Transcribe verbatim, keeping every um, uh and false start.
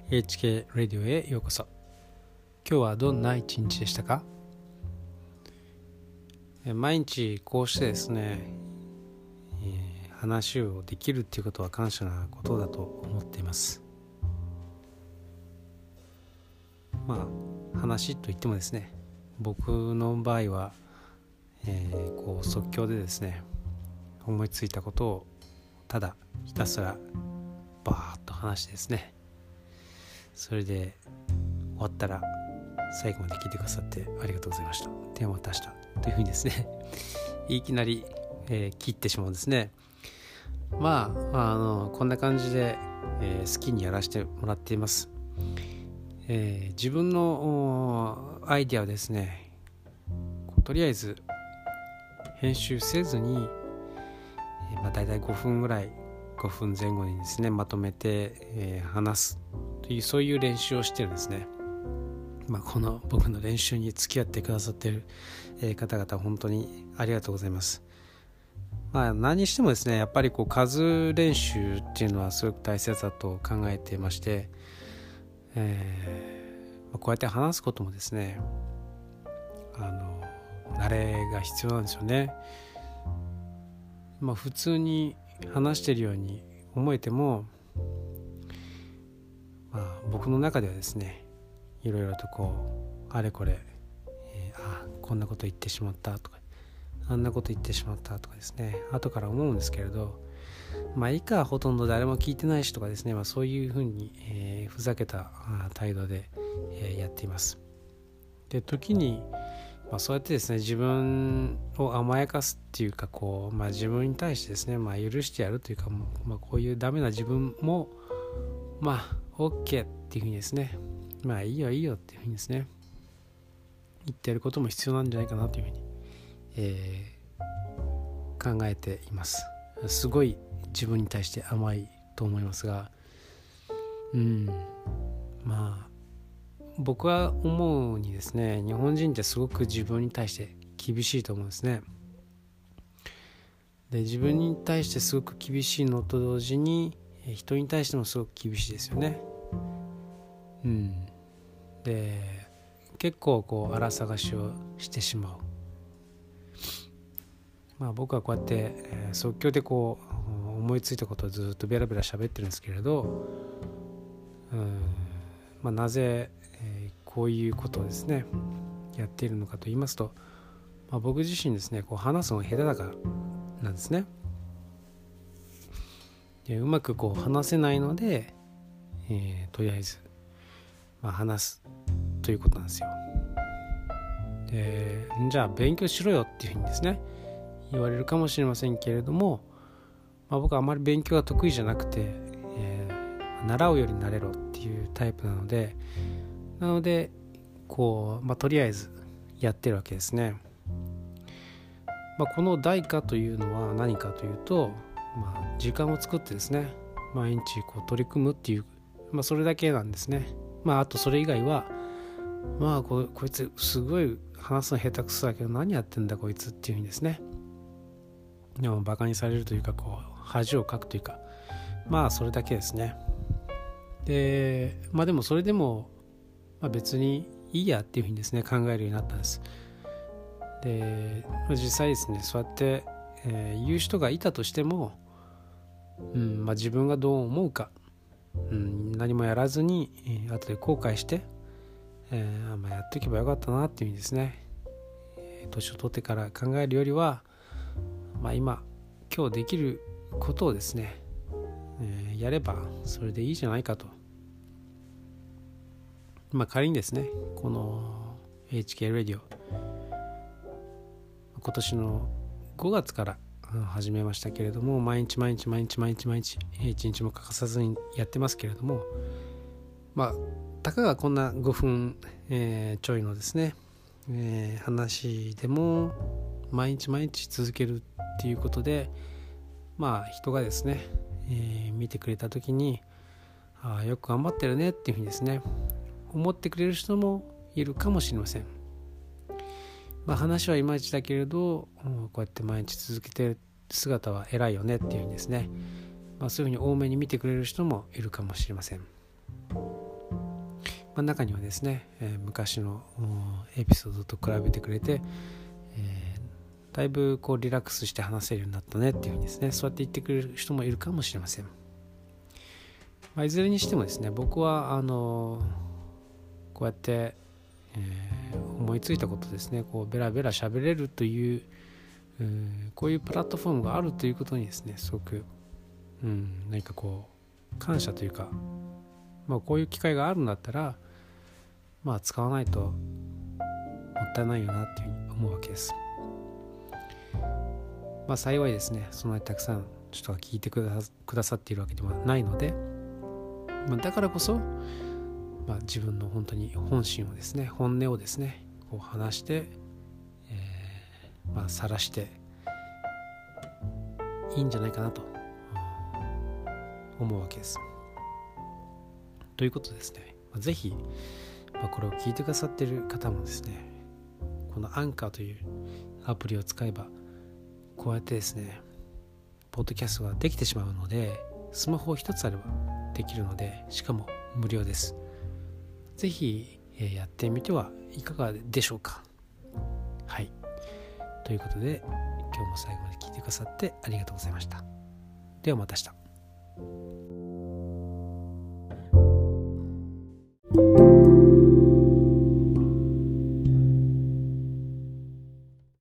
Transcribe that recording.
エイチケー ラジオへようこそ。今日はどんな一日でしたか？毎日こうしてですね、えー、話をできるっていうことは感謝なことだと思っています。まあ話といってもですね、僕の場合は、えー、こう即興でですね、思いついたことをただひたすらバーッと話してですね、それで終わったら最後まで聞いてくださってありがとうございました、手を渡したというふうにですねいきなり、えー、切ってしまうんですね。まあ、あのこんな感じで、えー、好きにやらせてもらっています。えー、自分のアイディアをですね、とりあえず編集せずに、えーまあ、だいたいごふんぐらいごふんぜん後にですねまとめて、えー、話すというそういう練習をしてるんですね。まあ、この僕の練習に付き合ってくださっている、えー、方々本当にありがとうございます。まあ、何にしてもですね、やっぱりこう数練習っていうのはすごく大切だと考えていまして、えー、こうやって話すこともですね、あの慣れが必要なんですよね。まあ、普通に話しているように思えても、まあ、僕の中ではですね、いろいろとこうあれこれ、えー、あこんなこと言ってしまったとか、あんなこと言ってしまったとかですね、後から思うんですけれど、まあいいか、ほとんど誰も聞いてないしとかですね、まあ、そういうふうに、えー、ふざけた態度で、えー、やっています。で、時に、まあ、そうやってですね、自分を甘やかすっていうか、こう、まあ、自分に対してですね、まあ、許してやるというか、まあ、こういうダメな自分もまあ OK っていうふうにですね、まあいいよいいよっていうふうにですね言ってやることも必要なんじゃないかなというふうに、えー、考えています。すごい自分に対して甘いと思いますが、うんまあ僕は思うにですね、日本人ってすごく自分に対して厳しいと思うんですね。で、自分に対してすごく厳しいのと同時に人に対してもすごく厳しいですよね。うんで、結構こう荒探しをしてしまう。まあ僕はこうやって、えー、即興でこう思いついたことをずっとベラベラ喋ってるんですけれど、うん、まあ、なぜ、えー、こういうことをですねやっているのかと言いますと、まあ、僕自身ですね、こう話すのが下手だからなんですね。で、うまくこう話せないので、えー、とりあえず、まあ、話すということなんですよ。で、じゃあ勉強しろよっていうふうにですね言われるかもしれませんけれども、まあ、僕はあまり勉強が得意じゃなくて、えー、習うより慣れろっていうタイプなのでなのでこう、まあ、とりあえずやってるわけですね。まあ、この代価というのは何かというと、まあ、時間を作ってですね毎日こう取り組むっていう、まあ、それだけなんですね。まああとそれ以外はまあ こ, こいつすごい話すの下手くそだけど何やってんだこいつっていうふうにですね、でもバカにされるというか、こう恥をかくというか、まあそれだけですね。で、まあでもそれでも、まあ、別にいいやっていうふうにですね考えるようになったんです。で、まあ、実際ですねそうやって、えー、言う人がいたとしても、うんまあ、自分がどう思うか、うん、何もやらずに、えー、後で後悔して、えーまあ、やっておけばよかったなっていうふうにですね、えー、年を取ってから考えるよりは、まあ、今今日できることをですね、えー、やればそれでいいじゃないかと。まあ仮にですねこの エイチケー ラジオ今年のごがつから始めましたけれども、毎日毎日毎日毎日毎日一日も欠かさずにやってますけれども、まあたかがこんなごふん、えー、ちょいのですね、えー、話でも毎日毎日続けるっていうことで、まあ人がですね、えー、見てくれた時に、ああよく頑張ってるねっていうふうにですね思ってくれる人もいるかもしれません。まあ、話はいまいちだけれどこうやって毎日続けてる姿は偉いよねっていうふうにですね、まあ、そういうふうに多めに見てくれる人もいるかもしれません。 まあ、中にはですね、えー、昔のエピソードと比べてくれて、えー、だいぶこうリラックスして話せるようになったねっていうふうにですね、そうやって言ってくれる人もいるかもしれません。まあ、いずれにしてもですね、僕はあのこうやって、えー、思いついたことですね、こうベラベラ喋れるという、うーこういうプラットフォームがあるということにですね、すごく、うん、何かこう感謝というか、まあ、こういう機会があるんだったら、まあ、使わないともったいないよなっていうふうに思うわけです。まあ、幸いですね、そんなにたくさん人が聞いてくださ、くださっているわけではないので、まあ、だからこそ、まあ、自分の本当に本心をですね、本音をですね、こう話して、えー、まあ晒していいんじゃないかなと思うわけです。ということですね、まあ、ぜひ、まあ、これを聞いてくださっている方もですね、このアンカーというアプリを使えばこうやってですね、ポッドキャストができてしまうので、スマホ一つあればできるので、しかも無料です。ぜひ、えー、やってみてはいかがでしょうか。はい。ということで、今日も最後まで聞いてくださってありがとうございました。ではまた明日。